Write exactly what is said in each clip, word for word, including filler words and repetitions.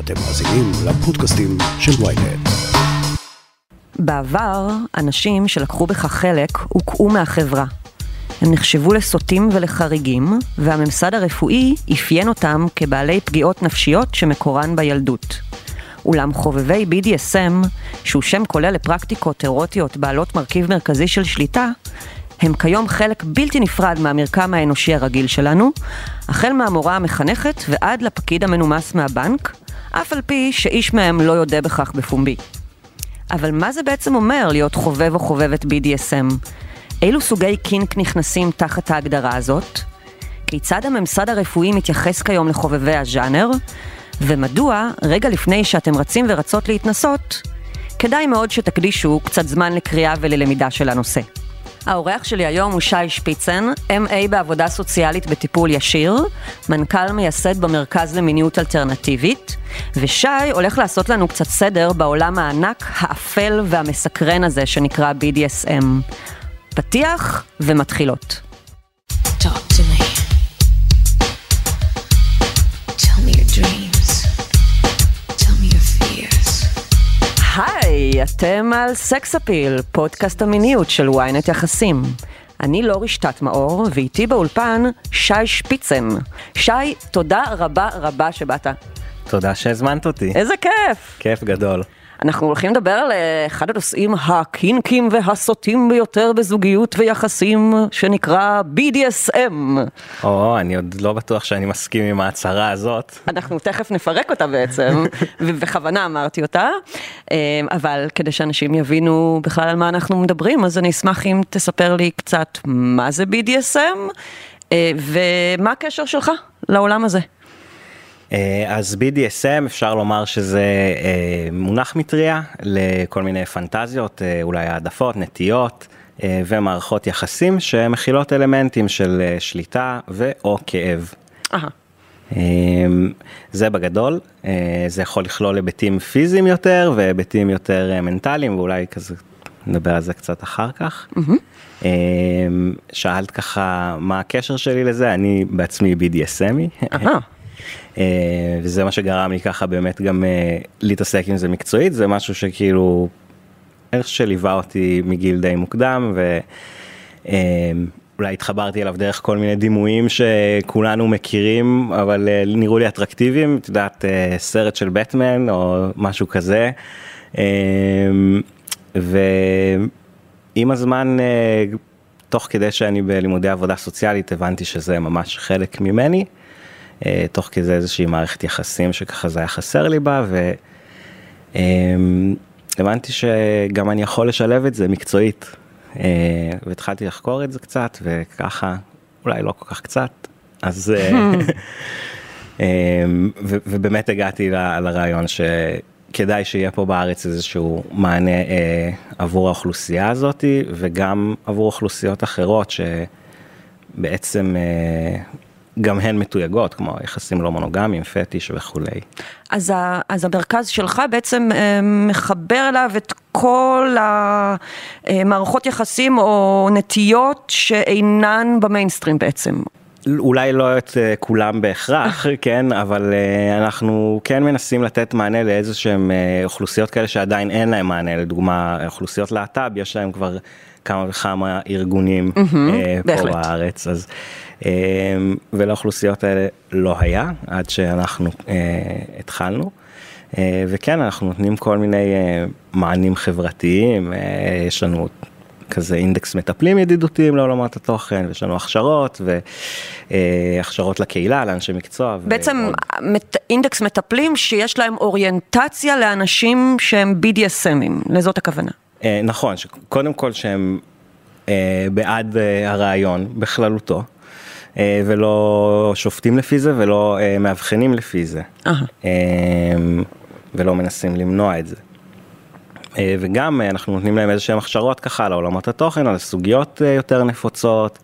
אתם מאזינים לפודקאסטים של וויינט. בעבר, אנשים שלקחו בכך חלק הוקעו מהחברה. הם נחשבו לסוטים ולחריגים, והממסד הרפואי אפיין אותם כבעלי פגיעות נפשיות שמקורן בילדות. אולם חובבי בי די אס אם, שהוא שם כולל לפרקטיקות אירוטיות בעלות מרכיב מרכזי של שליטה, הם כיום חלק בלתי נפרד מהמרקם האנושי הרגיל שלנו, החל מהמורה המחנכת ועד לפקיד המנומס מהבנק, אף על פי שאיש מהם לא יודע בכך בפומבי. אבל מה זה בעצם אומר להיות חובב או חובבת בי די אס אם? אילו סוגי קינק נכנסים תחת ההגדרה הזאת? כיצד הממסד הרפואי מתייחס כיום לחובבי הז'אנר? ומדוע, רגע לפני שאתם רצים ורצות להתנסות, כדאי מאוד שתקדישו קצת זמן לקריאה וללמידה של הנושא. האורח שלי היום הוא שי שפיצן, אם איי בעבודה סוציאלית בטיפול ישיר, מנכ"ל מייסד במרכז למיניות אלטרנטיבית, ושי הולך לעשות לנו קצת סדר בעולם הענק, האפל והמסקרן הזה שנקרא בי די אס אם. פתיח ומתחילות. Talk to me. Tell me your dreams. Tell me your fears. היי, אתם על סקס אפיל, פודקאסט המיניות של וויינט יחסים. אני לא רשתת מאור, ואיתי באולפן שי שפיצן. שי, תודה רבה רבה שבאת. תודה שהזמנת אותי. איזה כיף. כיף גדול. אנחנו הולכים לדבר על אחד הנושאים הקינקים והסוטים ביותר בזוגיות ויחסים, שנקרא בי די אס אם. או, אני עוד לא בטוח שאני מסכים עם ההצהרה הזאת. אנחנו תכף נפרק אותה בעצם, ובכוונה אמרתי אותה, אבל כדי שאנשים יבינו בכלל על מה אנחנו מדברים, אז אני אשמח אם תספר לי קצת מה זה בי די אס אם, ומה הקשר שלך לעולם הזה. אז בי די אס אם אפשר לומר שזה מונח מטריה לכל מיני פנטזיות, אולי העדפות, נטיות ומערכות יחסים שמכילות אלמנטים של שליטה ואו כאב. זה בגדול, זה יכול לכלול היבטים פיזיים יותר והיבטים יותר מנטליים, ואולי כזה נדבר על זה קצת אחר כך. שאלת ככה מה הקשר שלי לזה, אני בעצמי בי די אס אמי. וזה מה שגרם לי ככה באמת גם להתעסק עם זה מקצועית, זה משהו שכאילו איך שליווה אותי מגיל די מוקדם, ואולי התחברתי אליו דרך כל מיני דימויים שכולנו מכירים, אבל נראו לי אטרקטיביים, את יודעת, סרט של בטמן או משהו כזה, ועם הזמן, תוך כדי שאני בלימודי עבודה סוציאלית, הבנתי שזה ממש חלק ממני, תוך כזה איזושהי מערכת יחסים שככה זה היה חסר לי בה, והבנתי שגם אני יכול לשלב את זה מקצועית, והתחלתי לחקור את זה קצת, וככה, אולי לא כל כך קצת, אז, ובאמת הגעתי לרעיון שכדאי שיהיה פה בארץ איזשהו מענה עבור האוכלוסייה הזאת, וגם עבור אוכלוסיות אחרות שבעצם גם הן מתויגות, כמו יחסים לא מונוגמיים, פטיש וכו'. אז, ה, אז המרכז שלך בעצם מחבר אליו את כל המערכות יחסים או נטיות שאינן במיינסטרים בעצם. אולי לא את כולם בהכרח, כן, אבל אנחנו כן מנסים לתת מענה לאיזשהם אוכלוסיות כאלה שעדיין אין להם מענה, לדוגמה, אוכלוסיות להט"ב, יש להם כבר כמה וכמה ארגונים פה בארץ, אז ולאוכלוסיות האלה לא היה, עד שאנחנו התחלנו, וכן, אנחנו נותנים כל מיני מענים חברתיים, יש לנו כזה אינדקס מטפלים ידידותיים לעולמות התוכן, ויש לנו הכשרות, והכשרות לקהילה, לאנשי מקצוע. בעצם אינדקס מטפלים שיש להם אוריינטציה לאנשים שהם בי די אס אמים, לזאת הכוונה. נכון, קודם כל שהם בעד הרעיון בכללותו, ולא שופטים לפי זה, ולא מאבחנים לפי זה, ולא מנסים למנוע את זה. וגם אנחנו נותנים להם איזושהי הכשרות ככה לעולמות התוכן, על סוגיות יותר נפוצות.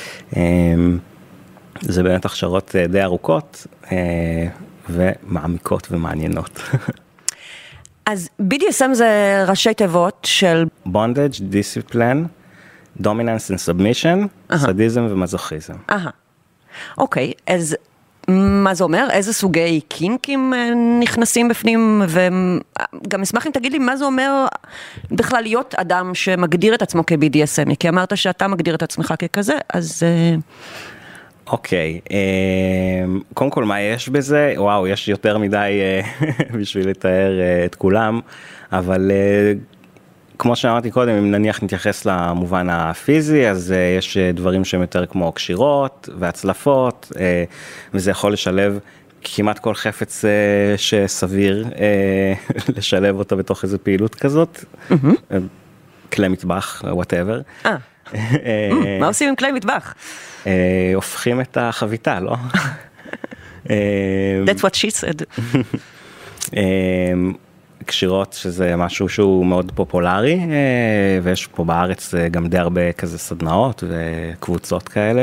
זה באמת הכשרות די ארוכות ומעמיקות ומעניינות. אז בי די אס אם זה ראשי תיבות של Bondage, Discipline, Dominance and Submission, סדיזם ומזוכיזם. אהה. אוקיי, אז מה זה אומר? איזה סוגי קינקים נכנסים בפנים? וגם אשמח אם תגיד לי מה זה אומר בכלל להיות אדם שמגדיר את עצמו כ-בי די אס אם, כי אמרת שאתה מגדיר את עצמך ככזה, אז... אוקיי, קודם כל מה יש בזה? וואו, יש יותר מדי בשביל לתאר את כולם, אבל כמו שאמרתי קודם, אם נניח נתייחס למובן הפיזי, אז יש דברים שהם יותר כמו קשירות והצלפות, וזה יכול לשלב כמעט כל חפץ שסביר לשלב אותו בתוך איזו פעילות כזאת, כלי מטבח, whatever. אה, מה עושים עם כלי מטבח? הופכים את החביתה, לא? That's what she said. קשירות, שזה משהו שהוא מאוד פופולרי, ויש פה בארץ גם די הרבה כזה סדנאות וקבוצות כאלה.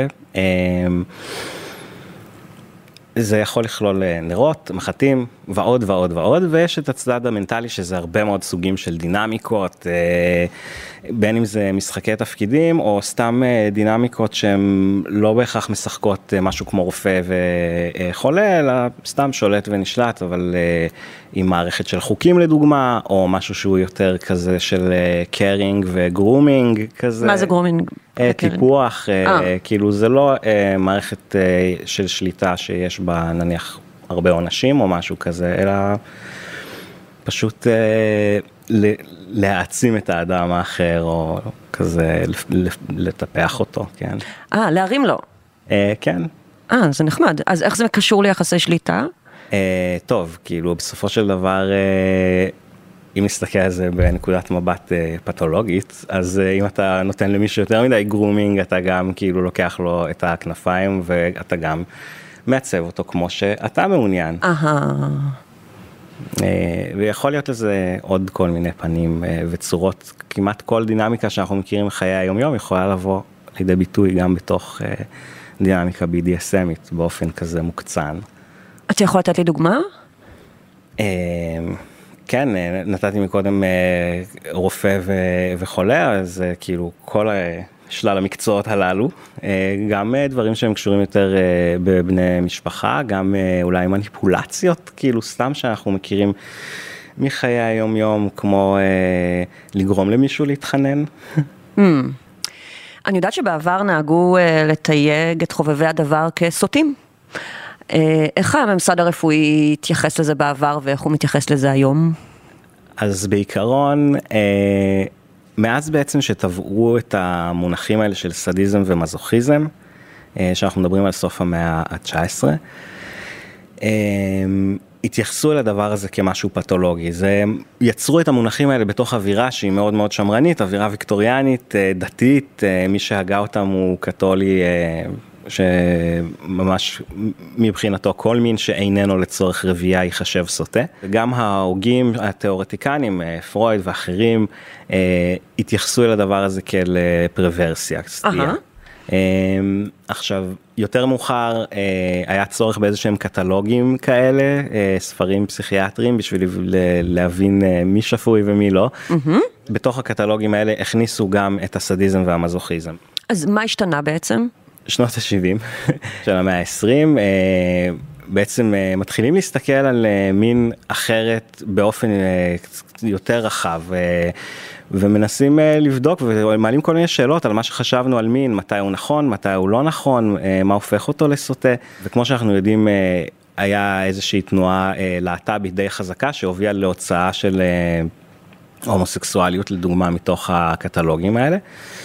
זה יכול לכלול נרות, מחטים, ועוד ועוד ועוד, ויש את הצדד המנטלי שזה הרבה מאוד סוגים של דינמיקות, בין אם זה משחקי תפקידים, או סתם דינמיקות שהן לא בהכרח משחקות משהו כמו רופא וחולה, אלא סתם שולט ונשלט, אבל עם מערכת של חוקים לדוגמה, או משהו שהוא יותר כזה של קרינג וגרומינג כזה. מה זה גרומינג? טיפוח, כאילו זה לא מערכת של שליטה שיש בה נניח הרבה עונשים או משהו כזה, אלא פשוט להעצים את האדם האחר, או כזה לטפח אותו, כן. אה, להרים לו. כן. אה, זה נחמד. אז איך זה קשור ליחסי שליטה? טוב, כאילו בסופו של דבר, אם נסתכל על זה בנקודת מבט פתולוגית, אז אם אתה נותן למישהו יותר מדי גרומינג, אתה גם כאילו לוקח לו את הכנפיים, ואתה גם מעצב אותו כמו שאתה מעוניין. אהה. ויכול להיות לזה עוד כל מיני פנים וצורות, כמעט כל דינמיקה שאנחנו מכירים בחיי היום-יום, יכולה לבוא לידי ביטוי גם בתוך דינמיקה בי די אס אמית, באופן כזה מוקצן. אתה יכול לתת לי דוגמה? כן, נתתי מקודם רופא וחולה, אז כאילו כל שלל המקצועות הללו, גם דברים שהם קשורים יותר בבני משפחה, גם אולי מניפולציות, כאילו סתם שאנחנו מכירים מחיי היום-יום, כמו לגרום למישהו להתחנן. אני יודעת שבעבר נהגו לתייג את חובבי הדבר כסוטים. איך הממסד הרפואי התייחס לזה בעבר ואיך הוא מתייחס לזה היום? אז בעיקרון, מאז בעצם שטבעו את המונחים האלה של סדיזם ומזוכיזם, שאנחנו מדברים על סוף המאה ה-תשע עשרה, התייחסו אל הדבר הזה כמשהו פתולוגי. זה יצרו את המונחים האלה בתוך אווירה שהיא מאוד מאוד שמרנית, אווירה ויקטוריאנית, דתית, מי שהגה אותם הוא קתולי, שממש מבחינתו כל מין שאיננו לצורך רבייה ייחשב סוטה. גם ההוגים התיאורטיקנים, פרויד ואחרים, התייחסו אל הדבר הזה כאל פרוורסיה, סטייה. עכשיו, יותר מאוחר היה צורך באיזה שהם קטלוגים כאלה, ספרים פסיכיאטריים בשביל להבין מי שפוי ומי לא. בתוך הקטלוגים האלה הכניסו גם את הסדיזם והמזוכיזם. אז מה השתנה בעצם? שנות ה-שבעים של המאה ה-עשרים, בעצם מתחילים להסתכל על מין אחרת באופן יותר רחב, ומנסים לבדוק ומעלים כל מיני שאלות על מה שחשבנו על מין, מתי הוא נכון, מתי הוא לא נכון, מה הופך אותו לסוטה, וכמו שאנחנו יודעים, היה איזושהי תנועה להט"בית די חזקה שהובילה להוצאה של הומוסקסואליות לדוגמה מתוך הקטלוגים האלה.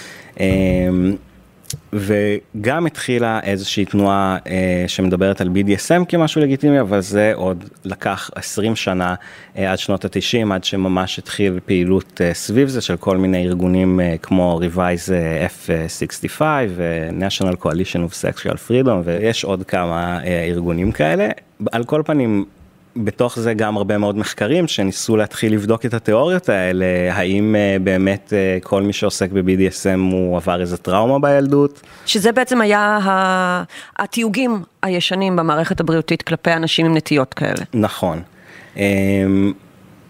וגם התחילה איזושהי תנועה אה, שמדברת על בי די אס אם כמשהו לגיטימי, אבל זה עוד לקח עשרים שנה אה, עד שנות ה-תשעים, עד שממש התחיל פעילות אה, סביב זה של כל מיני ארגונים אה, כמו Revise אה, אף שישים וחמש ו-National Coalition of Sexual Freedom, ויש עוד כמה אה, ארגונים כאלה. על כל פנים, בתוך זה גם הרבה מאוד מחקרים שניסו להתחיל לבדוק את התיאוריות האלה, האם באמת כל מי שעוסק ב-בי די אס אם הוא עבר איזה טראומה בילדות. שזה בעצם היה התיוגים הישנים במערכת הבריאותית כלפי אנשים עם נטיות כאלה. נכון.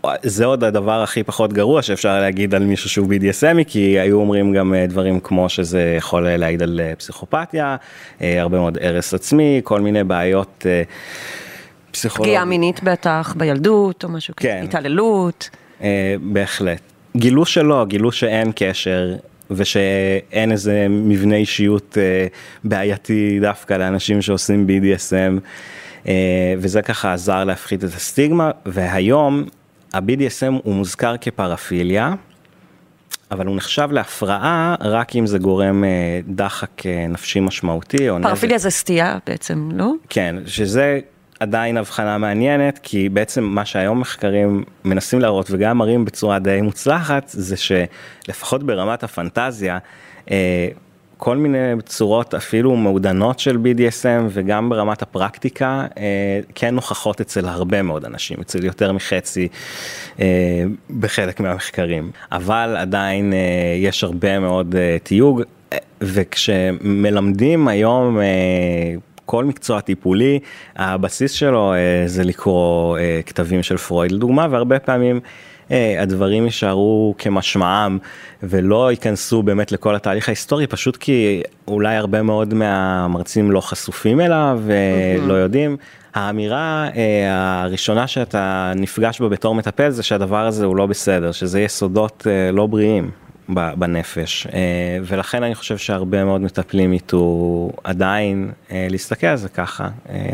זה עוד הדבר הכי פחות גרוע שאפשר להגיד על מישהו שהוא בי די אס אמי, כי היו אומרים גם דברים כמו שזה יכול להעיד על פסיכופתיה, הרבה מאוד הרס עצמי, כל מיני בעיות פסיכולוגיות. פגיעה מינית בטח, בילדות או משהו כזה, כן. התעללות. בהחלט. גילו שלא, גילו שאין קשר, ושאין איזה מבנה אישיות בעייתי דווקא לאנשים שעושים בי די אס אם, וזה ככה עזר להפחית את הסטיגמה, והיום ה-בי די אס אם הוא מוזכר כפרפיליה, אבל הוא נחשב להפרעה רק אם זה גורם דחק נפשי משמעותי או נזק. פרפיליה זה סטייה בעצם, לא? כן, שזה עדיין הבחנה מעניינת, כי בעצם מה שהיום מחקרים מנסים להראות וגם מראים בצורה די מוצלחת, זה שלפחות ברמת הפנטזיה, כל מיני צורות אפילו מעודנות של בי די אס אם וגם ברמת הפרקטיקה כן נוכחות אצל הרבה מאוד אנשים, אצל יותר מחצי בחלק מהמחקרים. אבל עדיין יש הרבה מאוד תיוג, וכשמלמדים היום כל מקצוע טיפולי, הבסיס שלו זה לקרוא כתבים של פרויד לדוגמה, והרבה פעמים הדברים יישארו כמשמעם, ולא ייכנסו באמת לכל התהליך ההיסטורי, פשוט כי אולי הרבה מאוד מהמרצים לא חשופים אליו, ולא יודעים. האמירה הראשונה שאתה נפגש בה בתור מטפל, זה שהדבר הזה הוא לא בסדר, שזה יסודות לא בריאים בנפש, ולכן אני חושב שהרבה מאוד מטפלים איתו עדיין להסתכל על זה ככה.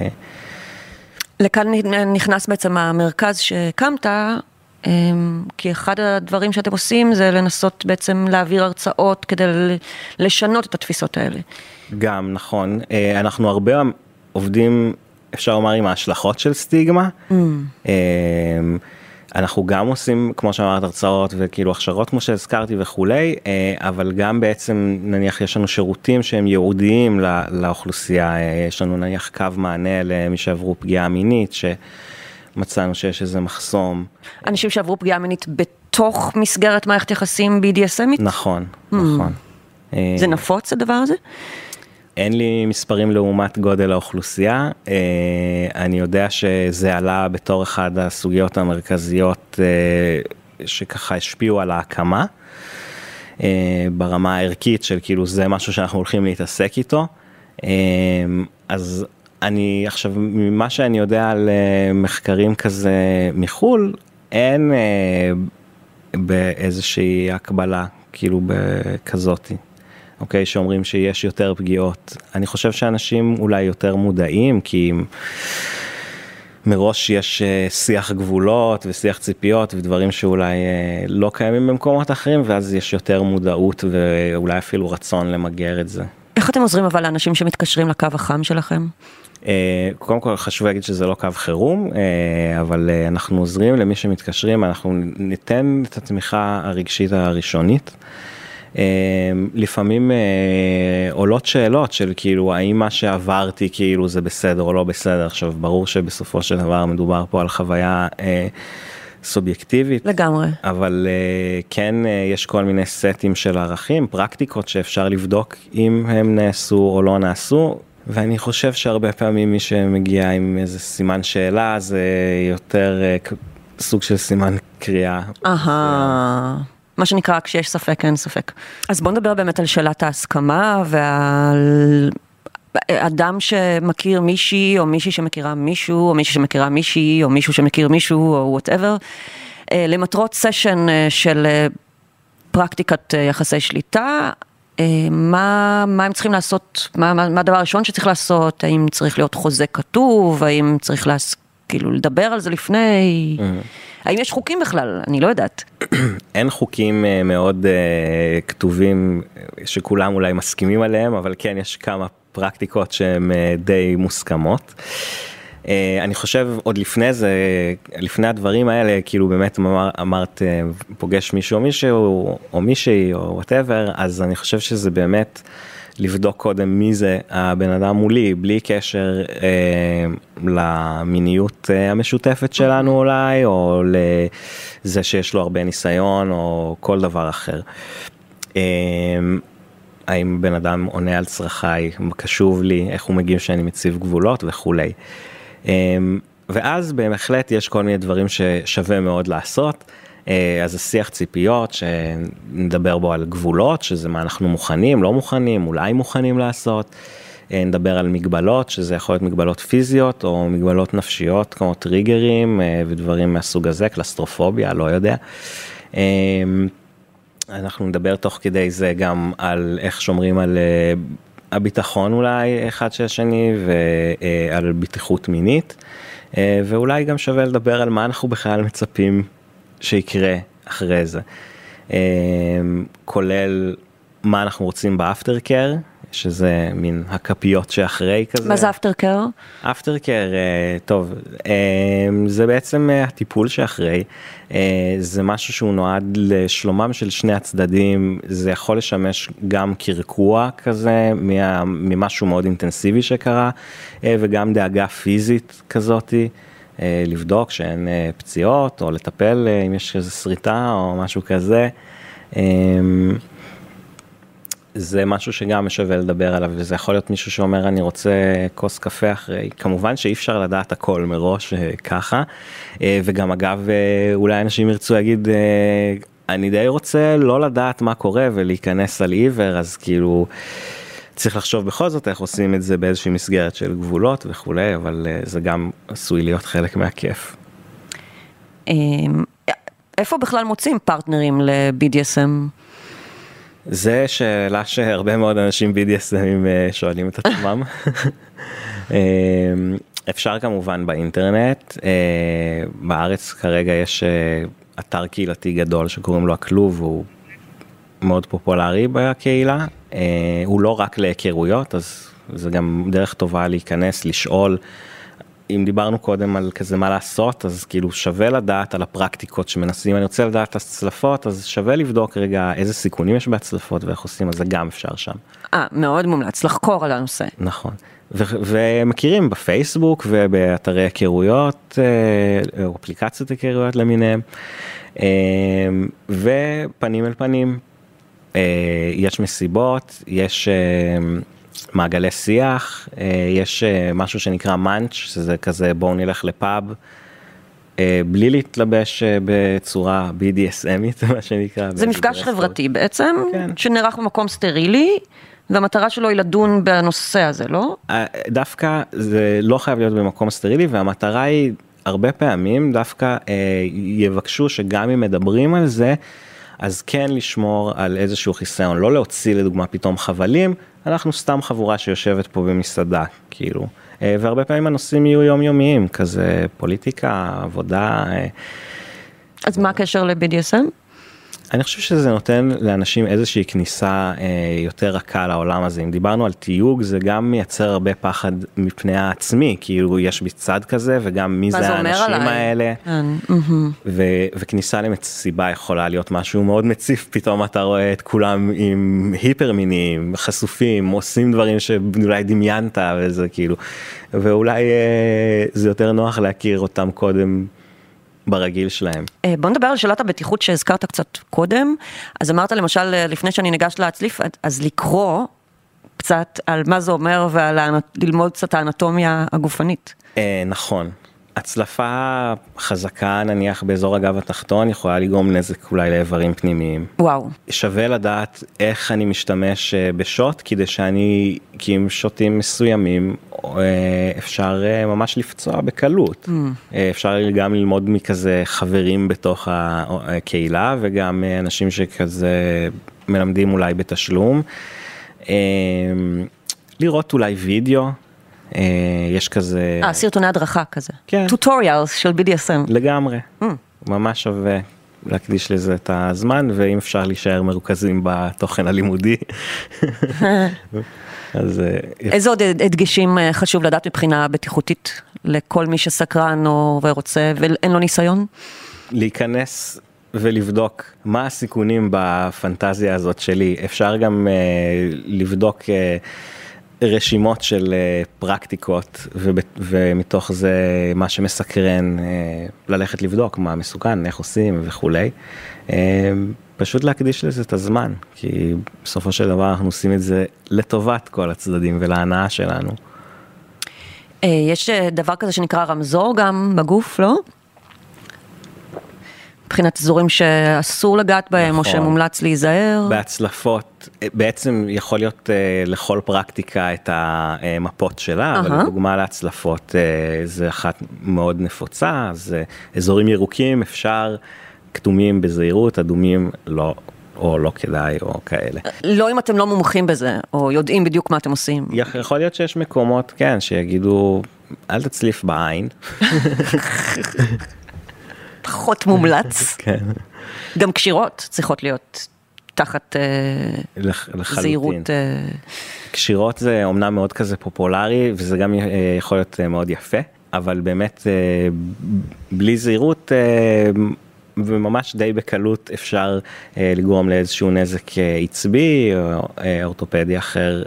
לכאן נכנס בעצם המרכז שקמת, כי אחד הדברים שאתם עושים זה לנסות בעצם להעביר הרצאות כדי לשנות את התפיסות האלה. גם, נכון. אנחנו הרבה עובדים, אפשר לומר, עם ההשלכות של סטיגמה. Mm. אנחנו גם עושים, כמו שאמרת, הרצאות וכאילו הכשרות כמו שהזכרתי וכולי, אבל גם בעצם נניח יש לנו שירותים שהם ייעודיים לאוכלוסייה, יש לנו נניח קו מענה למי שעברו פגיעה מינית, שמצאנו שיש איזה מחסום. אנשים שעברו פגיעה מינית בתוך מסגרת מערכת יחסים בי די אס אמית? נכון, נכון. זה נפוץ הדבר הזה? אין לי מספרים לעומת גודל האוכלוסייה, אני יודע שזה עלה בתור אחד הסוגיות המרכזיות שככה השפיעו על ההקמה, ברמה הערכית של כאילו זה משהו שאנחנו הולכים להתעסק איתו, אז אני עכשיו, ממה שאני יודע על מחקרים כזה מחול, אין באיזושהי הקבלה כאילו בכזאתי. אוקיי, שאומרים שיש יותר פגיעות. אני חושב שאנשים אולי יותר מודעים, כי מראש יש שיח גבולות ושיח ציפיות ודברים שאולי לא קיימים במקומות אחרים, ואז יש יותר מודעות ואולי אפילו רצון למגר את זה. איך אתם עוזרים אבל לאנשים שמתקשרים לקו החם שלכם? קודם כל חשוב להגיד שזה לא קו חירום, אבל אנחנו עוזרים למי שמתקשרים, אנחנו ניתן את התמיכה הרגשית הראשונית, לפעמים עולות שאלות של כאילו האם מה שעברתי כאילו זה בסדר או לא בסדר. עכשיו ברור שבסופו של דבר מדובר פה על חוויה סובייקטיבית לגמרי, אבל כן יש כל מיני סטים של ערכים, פרקטיקות שאפשר לבדוק אם הם נעשו או לא נעשו, ואני חושב שהרבה פעמים מי שמגיע עם איזה סימן שאלה זה יותר סוג של סימן קריאה. אהה, מה שנקרא, כשיש ספק, אין ספק. אז בוא נדבר באמת על שאלת ההסכמה, ועל אדם שמכיר מישהי, או מישהי שמכירה מישהו, או מישהי שמכירה מישהי, או מישהו שמכיר מישהו, או whatever, למטרות סשן של פרקטיקת יחסי שליטה, מה, מה הם צריכים לעשות, מה, מה, מה הדבר הראשון שצריך לעשות, האם צריך להיות חוזה כתוב, האם צריך להס... כאילו לדבר על זה לפני, האם יש חוקים בכלל? אני לא יודעת. אין חוקים מאוד כתובים שכולם אולי מסכימים עליהם, אבל כן יש כמה פרקטיקות שהן די מוסכמות. אני חושב עוד לפני זה, לפני הדברים האלה, כאילו באמת אמרת פוגש מישהו או מישהו או מישהי או whatever, אז אני חושב שזה באמת לבדוק קודם מי זה הבן אדם מולי, בלי קשר אה, למיניות אה, המשותפת שלנו אולי, או לזה שיש לו הרבה ניסיון, או כל דבר אחר. אה, האם בן אדם עונה על צרכיי, קשוב לי, איך הוא מגיב שאני מציב גבולות וכולי. אה, ואז בהחלט יש כל מיני דברים ששווה מאוד לעשות, אז השיח ציפיות שנדבר בו על גבולות, שזה מה אנחנו מוכנים, לא מוכנים, אולי מוכנים לעשות, נדבר על מגבלות, שזה יכול להיות מגבלות פיזיות או מגבלות נפשיות, כמו טריגרים ודברים מהסוג הזה, קלסטרופוביה, לא יודע. אנחנו נדבר תוך כדי זה גם על איך שומרים על הביטחון אולי אחד של השני, ועל בטיחות מינית, ואולי גם שווה לדבר על מה אנחנו בכלל מצפים שיקרה אחרי זה. כולל מה אנחנו רוצים באפטר קר, שזה מין הכפיות שאחרי כזה. מה זה אפטר קר? אפטר קר, טוב, זה בעצם הטיפול שאחרי, זה משהו שהוא נועד לשלומם של שני הצדדים, זה יכול לשמש גם קרקוע כזה, ממשהו מאוד אינטנסיבי שקרה, וגם דאגה פיזית כזאת, לבדוק שאין פציעות, או לטפל אם יש איזו שריטה או משהו כזה. זה משהו שגם שווה לדבר עליו, וזה יכול להיות מישהו שאומר, אני רוצה כוס קפה אחרי, כמובן שאי אפשר לדעת הכל מראש ככה, וגם אגב, אולי אנשים ירצו להגיד, אני די רוצה לא לדעת מה קורה, ולהיכנס על עיוור, אז כאילו, צריך לחשוב בכל זאת, איך עושים את זה באיזושהי מסגרת של גבולות וכולי, אבל זה גם עשוי להיות חלק מהכיף. איפה בכלל מוצאים פרטנרים ל-בי די אס אם? זה שאלה שהרבה מאוד אנשים בי די אס אם שואלים את עצמם. אפשר כמובן באינטרנט, בארץ כרגע יש אתר קהילתי גדול שקוראים לו הכלוב, הוא מאוד פופולרי בקהילה, הוא לא רק להיכרויות, אז זה גם דרך טובה להיכנס, לשאול, אם דיברנו קודם על כזה מה לעשות, אז כאילו שווה לדעת על הפרקטיקות שמנסים, אני רוצה לדעת את הצלפות, אז שווה לבדוק רגע איזה סיכונים יש בהצלפות ואיך עושים, אז זה גם אפשר שם. אה, מאוד מומלץ, לחקור על הנושא. נכון, ו- ומכירים בפייסבוק ובאתרי היכרויות, או אפליקציות היכרויות למיניהם, ופנים אל פנים, יש מסיבות, יש מעגלי שיח, יש משהו שנקרא מאנץ', שזה כזה בואו נלך לפאב, בלי להתלבש בצורה בי די אס אמית, מה שנקרא. זה מפגש חברתי בעצם, שנערך במקום סטרילי, והמטרה שלו היא לדון בנושא הזה, לא? דווקא זה לא חייב להיות במקום סטרילי, והמטרה היא הרבה פעמים דווקא יבקשו שגם אם מדברים על זה, אז כן לשמור על איזשהו חיסיון, לא להוציא לדוגמה פתאום חבלים, אנחנו סתם חבורה שיושבת פה במסעדה, כאילו, והרבה פעמים הנושאים יהיו יומיומיים, כזה פוליטיקה, עבודה. אז מה הקשר ל-בי די אס אם? אני חושב שזה נותן לאנשים איזושהי כניסה יותר רכה לעולם הזה. אם דיברנו על תיוג, זה גם מייצר הרבה פחד מפני העצמי, כאילו יש בצד כזה, וגם מי זה האנשים האלה. וכניסה למסיבה יכולה להיות משהו מאוד מציף, פתאום אתה רואה את כולם עם היפר מיניים, חשופים, עושים דברים שאולי דמיינת, וזה כאילו, ואולי זה יותר נוח להכיר אותם קודם, ברגיל שלהם. בוא נדבר על שאלת הבטיחות שהזכרת קצת קודם. אז אמרת למשל, לפני שאני ניגש להצליף, אז לקרוא קצת על מה זה אומר, וללמוד קצת האנטומיה הגופנית. נכון. הצלפה חזקה, נניח באזור הגב התחתון, יכולה לגרום נזק אולי לאיברים פנימיים. וואו. שווה לדעת איך אני משתמש בשוט, כדי שאני, כי עם שוטים מסוימים, אפשר ממש לפצוע בקלות. Mm. אפשר גם ללמוד מכזה חברים בתוך הקהילה, וגם אנשים שכזה מלמדים אולי בתשלום. לראות אולי וידאו, יש כזה... אה, סרטוני הדרכה כזה. כן. טוטוריאלס של בי די אס אם. לגמרי. Mm. ממש שווה להקדיש לזה את הזמן, ואם אפשר להישאר מרוכזים בתוכן הלימודי. אז... איזה עוד הדגשים חשוב לדעת מבחינה בטיחותית לכל מי שסקרן או ורוצה ואין לו ניסיון? להיכנס ולבדוק מה הסיכונים בפנטזיה הזאת שלי. אפשר גם uh, לבדוק... Uh, רשימות של פרקטיקות, ומתוך זה מה שמסקרן, ללכת לבדוק מה מסוכן, איך עושים וכולי. פשוט להקדיש לזה את הזמן, כי בסופו של דבר אנחנו עושים את זה לטובת כל הצדדים ולהנאה שלנו. יש דבר כזה שנקרא רמזור גם בגוף, לא? מבחינת אזורים שאסור לגעת בהם, נכון. או שמומלץ להיזהר. בהצלפות, בעצם יכול להיות uh, לכל פרקטיקה את המפות שלה, uh-huh. אבל לדוגמה להצלפות uh, זה אחת מאוד נפוצה, אז uh, אזורים ירוקים אפשר, כתומים בזהירות, אדומים לא, או לא כדאי, או כאלה. לא אם אתם לא מומחים בזה, או יודעים בדיוק מה אתם עושים. יכול להיות שיש מקומות, כן, שיגידו, אל תצליף בעין. פחות מומלץ. כן. גם קשירות צריכות להיות תחת זהירות. קשירות זה אומנם מאוד כזה פופולרי, וזה גם יכול להיות מאוד יפה, אבל באמת בלי זהירות, וממש די בקלות אפשר לגרום לאיזשהו נזק עצבי, או אורתופדי אחר,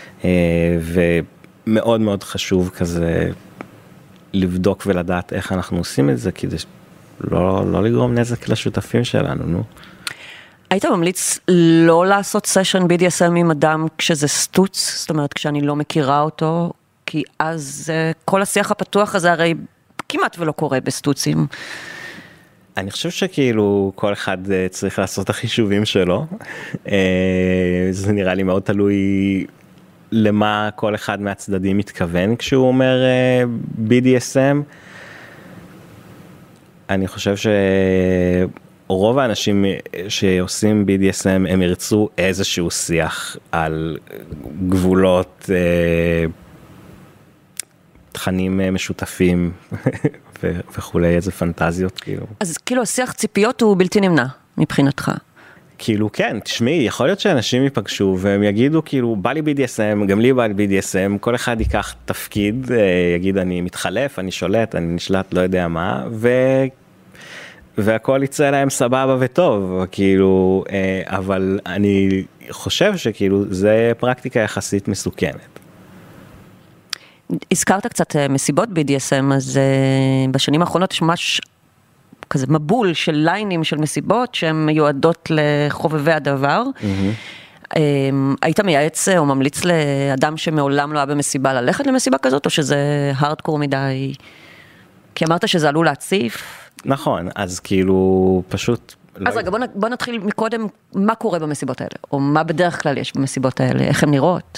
ומאוד מאוד חשוב כזה לבדוק ולדעת איך אנחנו עושים את זה, כדי לא, לא לגרום נזק לשותפים שלנו, נו. היית ממליץ לא לעשות סשן בי די אס אם עם אדם כשזה סטוץ, זאת אומרת כשאני לא מכירה אותו, כי אז כל השיח הפתוח הזה הרי כמעט ולא קורה בסטוצים. אני חושב שכאילו כל אחד צריך לעשות את החישובים שלו, זה נראה לי מאוד תלוי למה כל אחד מהצדדים מתכוון כשהוא אומר בי די אס אם, אני חושב שרוב האנשים שעושים בי די אס אם הם ירצו איזשהו שיח על גבולות, תכנים משותפים וכולי, איזה פנטזיות כאילו. אז כאילו השיח ציפיות הוא בלתי נמנע מבחינתך. כאילו כן, תשמעי, יכול להיות שאנשים ייפגשו והם יגידו כאילו, בא לי בי די אס אם, גם לי בא לי בי די אס אם, כל אחד ייקח תפקיד, יגיד אני מתחלף, אני שולט, אני נשלט, לא יודע מה, ו... והכל יצא להם סבבה וטוב, כאילו, אבל אני חושב שכאילו זה פרקטיקה יחסית מסוכנת. הזכרת קצת מסיבות בי די אס אם, אז בשנים האחרונות יש ממש כזה מבול של ליינים של מסיבות שהן מיועדות לחובבי הדבר. היית מייעץ או ממליץ לאדם שמעולם לא היה במסיבה ללכת למסיבה כזאת, או שזה הארדקור מדי? כי אמרת שזה עלול להציף. נכון, אז כאילו פשוט... אז רגע, בוא נתחיל מקודם, מה קורה במסיבות האלה? או מה בדרך כלל יש במסיבות האלה? איך הן נראות?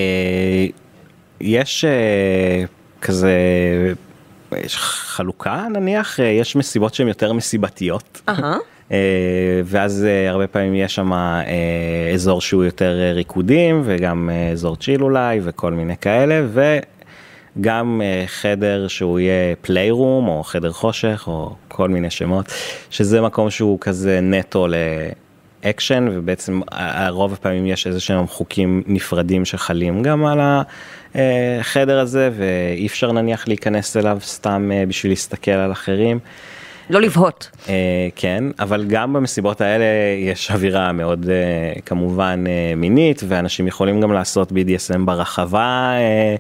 יש כזה... יש חלוקה נניח, יש מסיבות שהן יותר מסיבתיות, uh-huh. ואז הרבה פעמים יש שם אזור שהוא יותר ריקודים, וגם אזור צ'יל אולי, וכל מיני כאלה, וגם חדר שהוא יהיה פליירום, או חדר חושך, או כל מיני שמות, שזה מקום שהוא כזה נטו לאקשן, ובעצם הרוב הפעמים יש איזה שהם חוקים נפרדים שחלים גם על ה... חדר הזה, ואי אפשר נניח להיכנס אליו סתם בשביל להסתכל על אחרים. לא לבהות. כן, אבל גם במסיבות האלה יש אווירה מאוד כמובן מינית, ואנשים יכולים גם לעשות בי די אס אם ברחבה,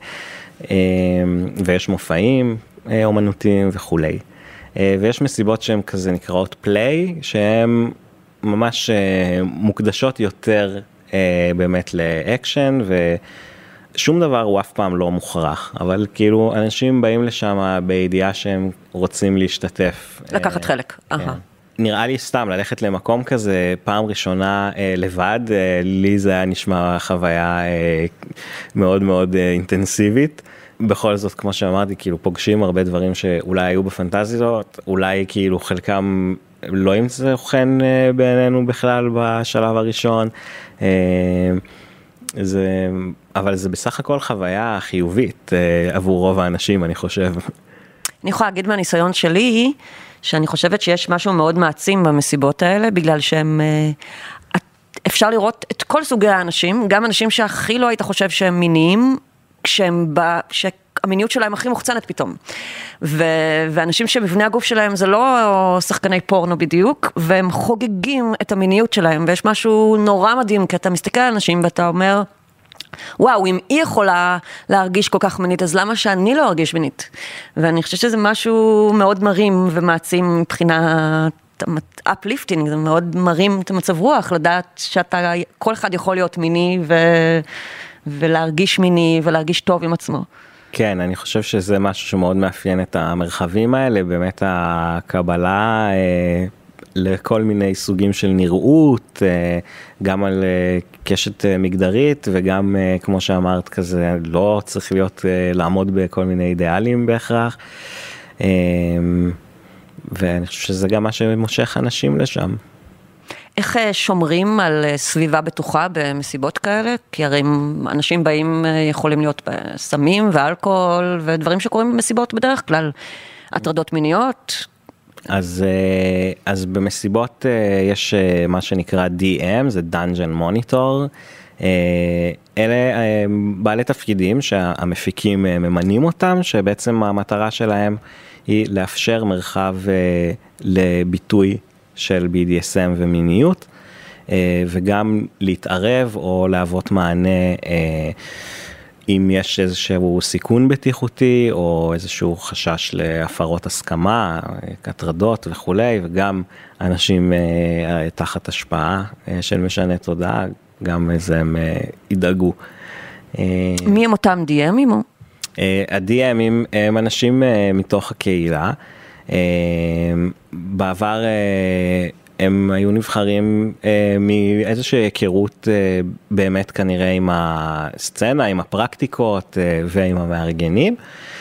ויש מופעים אומנותיים וכולי. ויש מסיבות שהן כזה נקראות פליי, שהן ממש מוקדשות יותר באמת לאקשן, ו... שום דבר הוא אף פעם לא מוכרח, אבל כאילו אנשים באים לשם בידיעה שהם רוצים להשתתף. לקחת חלק. נראה לי סתם ללכת למקום כזה פעם ראשונה לבד, לי זה היה נשמע חוויה מאוד מאוד אינטנסיבית. בכל זאת, כמו שאמרתי, כאילו פוגשים הרבה דברים שאולי היו בפנטזיות, אולי כאילו חלקם לא ימצאו חן בעינינו בכלל בשלב הראשון. זה, אבל זה בסך הכל חוויה חיובית אה, עבור רוב האנשים, אני חושב. אני יכולה להגיד מהניסיון שלי, שאני חושבת שיש משהו מאוד מעצים במסיבות האלה, בגלל שהם, אה, אפשר לראות את כל סוגי האנשים, גם אנשים שהכי לא היית חושב שהם מיניים, כשהם בא, שהמיניות שלהם הכי מוחצנת פתאום. ו, ואנשים שמבנה הגוף שלהם זה לא שחקני פורנו בדיוק, והם חוגגים את המיניות שלהם, ויש משהו נורא מדהים, כי אתה מסתכל על אנשים ואתה אומר, וואו, אם היא יכולה להרגיש כל כך מינית, אז למה שאני לא ארגיש מינית? ואני חושבת שזה משהו מאוד מרים ומעצים מבחינת אפליפטינג, זה מאוד מרים את המצב רוח, לדעת שאתה, כל אחד יכול להיות מיני ו... ולהרגיש מיני ולהרגיש טוב עם עצמו. כן, אני חושב שזה משהו שמאוד מאפיין את המרחבים האלה, באמת הקבלה אה, לכל מיני סוגים של נראות, אה, גם על אה, קשת אה, מגדרית, וגם אה, כמו שאמרת כזה, לא צריך להיות, אה, לעמוד בכל מיני אידיאלים בהכרח, אה, ואני חושב שזה גם מה שמושך אנשים לשם. איך שומרים על סביבה בטוחה במסיבות כאלה? כי הרי אנשים באים, יכולים להיות בסמים ואלכוהול ודברים שקורים במסיבות בדרך כלל. הטרדות מיניות? אז, אז במסיבות יש מה שנקרא די אם, זה Dungeon Monitor. אלה בעלי תפקידים שהמפיקים ממנים אותם, שבעצם המטרה שלהם היא לאפשר מרחב לביטוי של בי די אס אם ומיניות, וגם להתערב או להוות מענה אם יש איזשהו סיכון בטיחותי, או איזשהו חשש להפרות הסכמה, הטרדות וכולי, וגם אנשים תחת השפעה של משנה תודעה, גם איזה הם ידאגו. מי הם אותם די אמים? ה-די אמים הם אנשים מתוך הקהילה, בעבר הם היו נבחרים מאיזושהי היכרות באמת כנראה עם הסצנה, עם הפרקטיקות ועם המארגנים,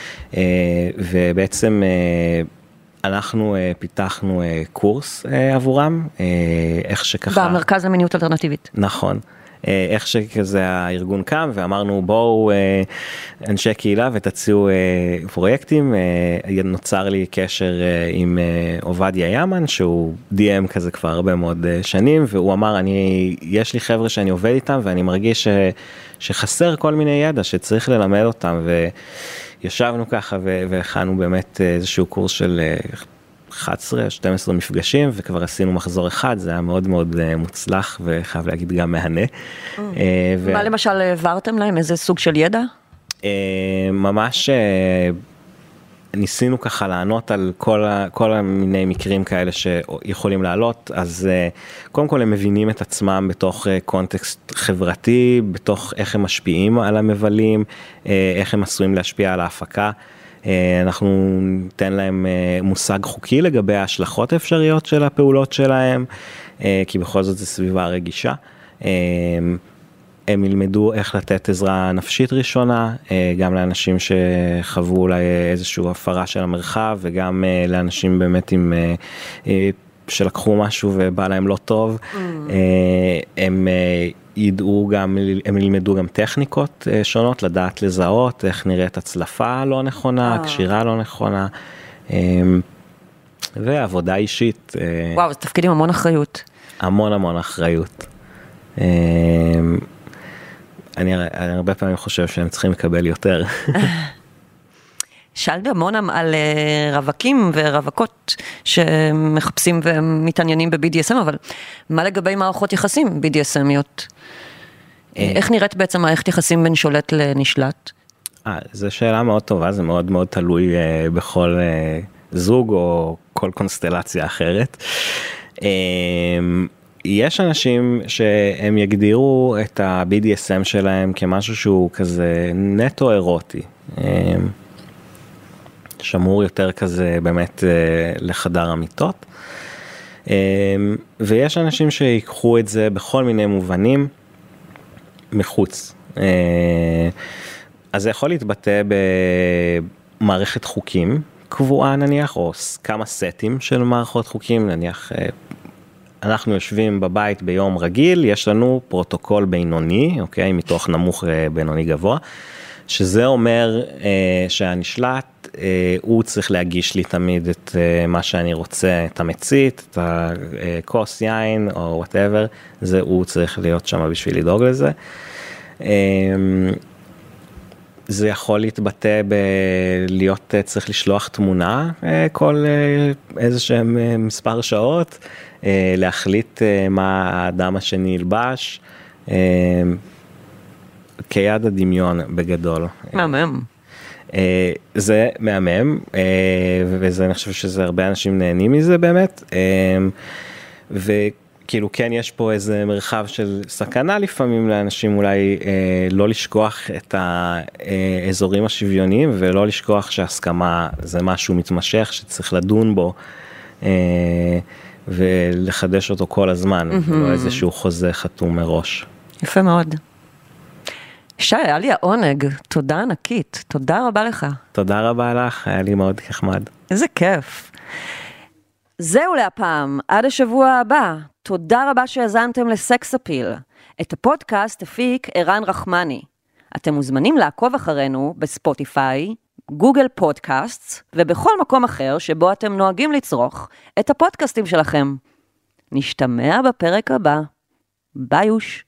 ובעצם אנחנו פיתחנו קורס עבורם, איך שככה... במרכז למיניות אלטרנטיבית. נכון. איך שכזה הארגון קם ואמרנו בואו אנשי קהילה ותציעו פרויקטים, נוצר לי קשר עם עובדיה ימן שהוא די אם כזה כבר הרבה מאוד שנים, והוא אמר אני, יש לי חבר'ה שאני עובד איתם ואני מרגיש ש, שחסר כל מיני ידע שצריך ללמד אותם, וישבנו ככה והכנו באמת איזשהו קורס של אחת עשרה שתים עשרה מפגשים, וכבר עשינו מחזור אחד, זה היה מאוד מאוד מוצלח, וחייב להגיד גם מהנה. מה למשל העברתם להם? איזה סוג של ידע? ממש ניסינו ככה לענות על כל המיני מקרים כאלה שיכולים לעלות, אז קודם כל הם מבינים את עצמם בתוך קונטקסט חברתי, בתוך איך הם משפיעים על המבלים, איך הם עשויים להשפיע על ההפקה, אנחנו ניתן להם מושג חוקי לגבי ההשלכות האפשריות של הפעולות שלהם, כי בכל זאת זה סביבה רגישה. הם ילמדו איך לתת עזרה נפשית ראשונה, גם לאנשים שחוו אולי איזושהי הפרה של המרחב, וגם לאנשים באמת עם, שלקחו משהו ובא להם לא טוב. הם ידעו גם, הם ילמדו גם טכניקות שונות, לדעת לזהות, איך נראית הצלפה לא נכונה, קשירה לא נכונה, ועבודה אישית. וואו, זה תפקיד עם המון אחריות. המון המון אחריות. אני, אני הרבה פעמים חושב שהם צריכים לקבל יותר. שאלת המון על רווקים ורווקות שמחפשים ומתעניינים ב-בי די אס אם, אבל מה לגבי מערכות יחסים בי די אס אמיות? איך נראית בעצם מערכת יחסים בין שולט לנשלט? אה, זו שאלה מאוד טובה, זה מאוד מאוד תלוי בכל זוג או כל קונסטלציה אחרת. יש אנשים שהם יגדירו את ה-בי די אס אם שלהם כמשהו שהוא כזה נטו אירוטי. שמור יותר כזה באמת לחדר המיטות. ויש אנשים שיקחו את זה בכל מיני מובנים מחוץ. אז זה יכול להתבטא במערכת חוקים קבועה נניח, או כמה סטים של מערכות חוקים, נניח אנחנו יושבים בבית ביום רגיל, יש לנו פרוטוקול בינוני, אוקיי, מתוך נמוך בינוני גבוה, שזה אומר אה, שהנשלט, אה, הוא צריך להגיש לי תמיד את אה, מה שאני רוצה, את המצית, את הכוס יין או whatever, זה הוא צריך להיות שם בשביל לדאוג לזה. אה, זה יכול להתבטא בלהיות צריך לשלוח תמונה אה, כל אה, איזה שהם אה, מספר שעות, אה, להחליט אה, מה האדם השני ילבש, אה, כיד הדמיון בגדול. מהמם. זה מהמם, וזה, אני חושב שזה הרבה אנשים נהנים מזה באמת, כאילו כן יש פה איזה מרחב של סכנה לפעמים לאנשים אולי אה, לא לשכוח את האזורים השוויוניים ולא לשכוח שהסכמה זה משהו מתמשך שצריך לדון בו אה, ולחדש אותו כל הזמן, mm-hmm. לא איזשהו חוזה חתום מראש. יפה מאוד. שי, היה לי העונג, תודה ענקית, תודה רבה לך. תודה רבה לך, היה לי מאוד נחמד. איזה כיף. זהו להפעם, עד השבוע הבא. תודה רבה שהזנתם לסקס אפיל. את הפודקאסט הפיק ערן רחמני. אתם מוזמנים לעקוב אחרינו בספוטיפיי, גוגל פודקאסט, ובכל מקום אחר שבו אתם נוהגים לצרוך את הפודקאסטים שלכם. נשתמע בפרק הבא. ביוש.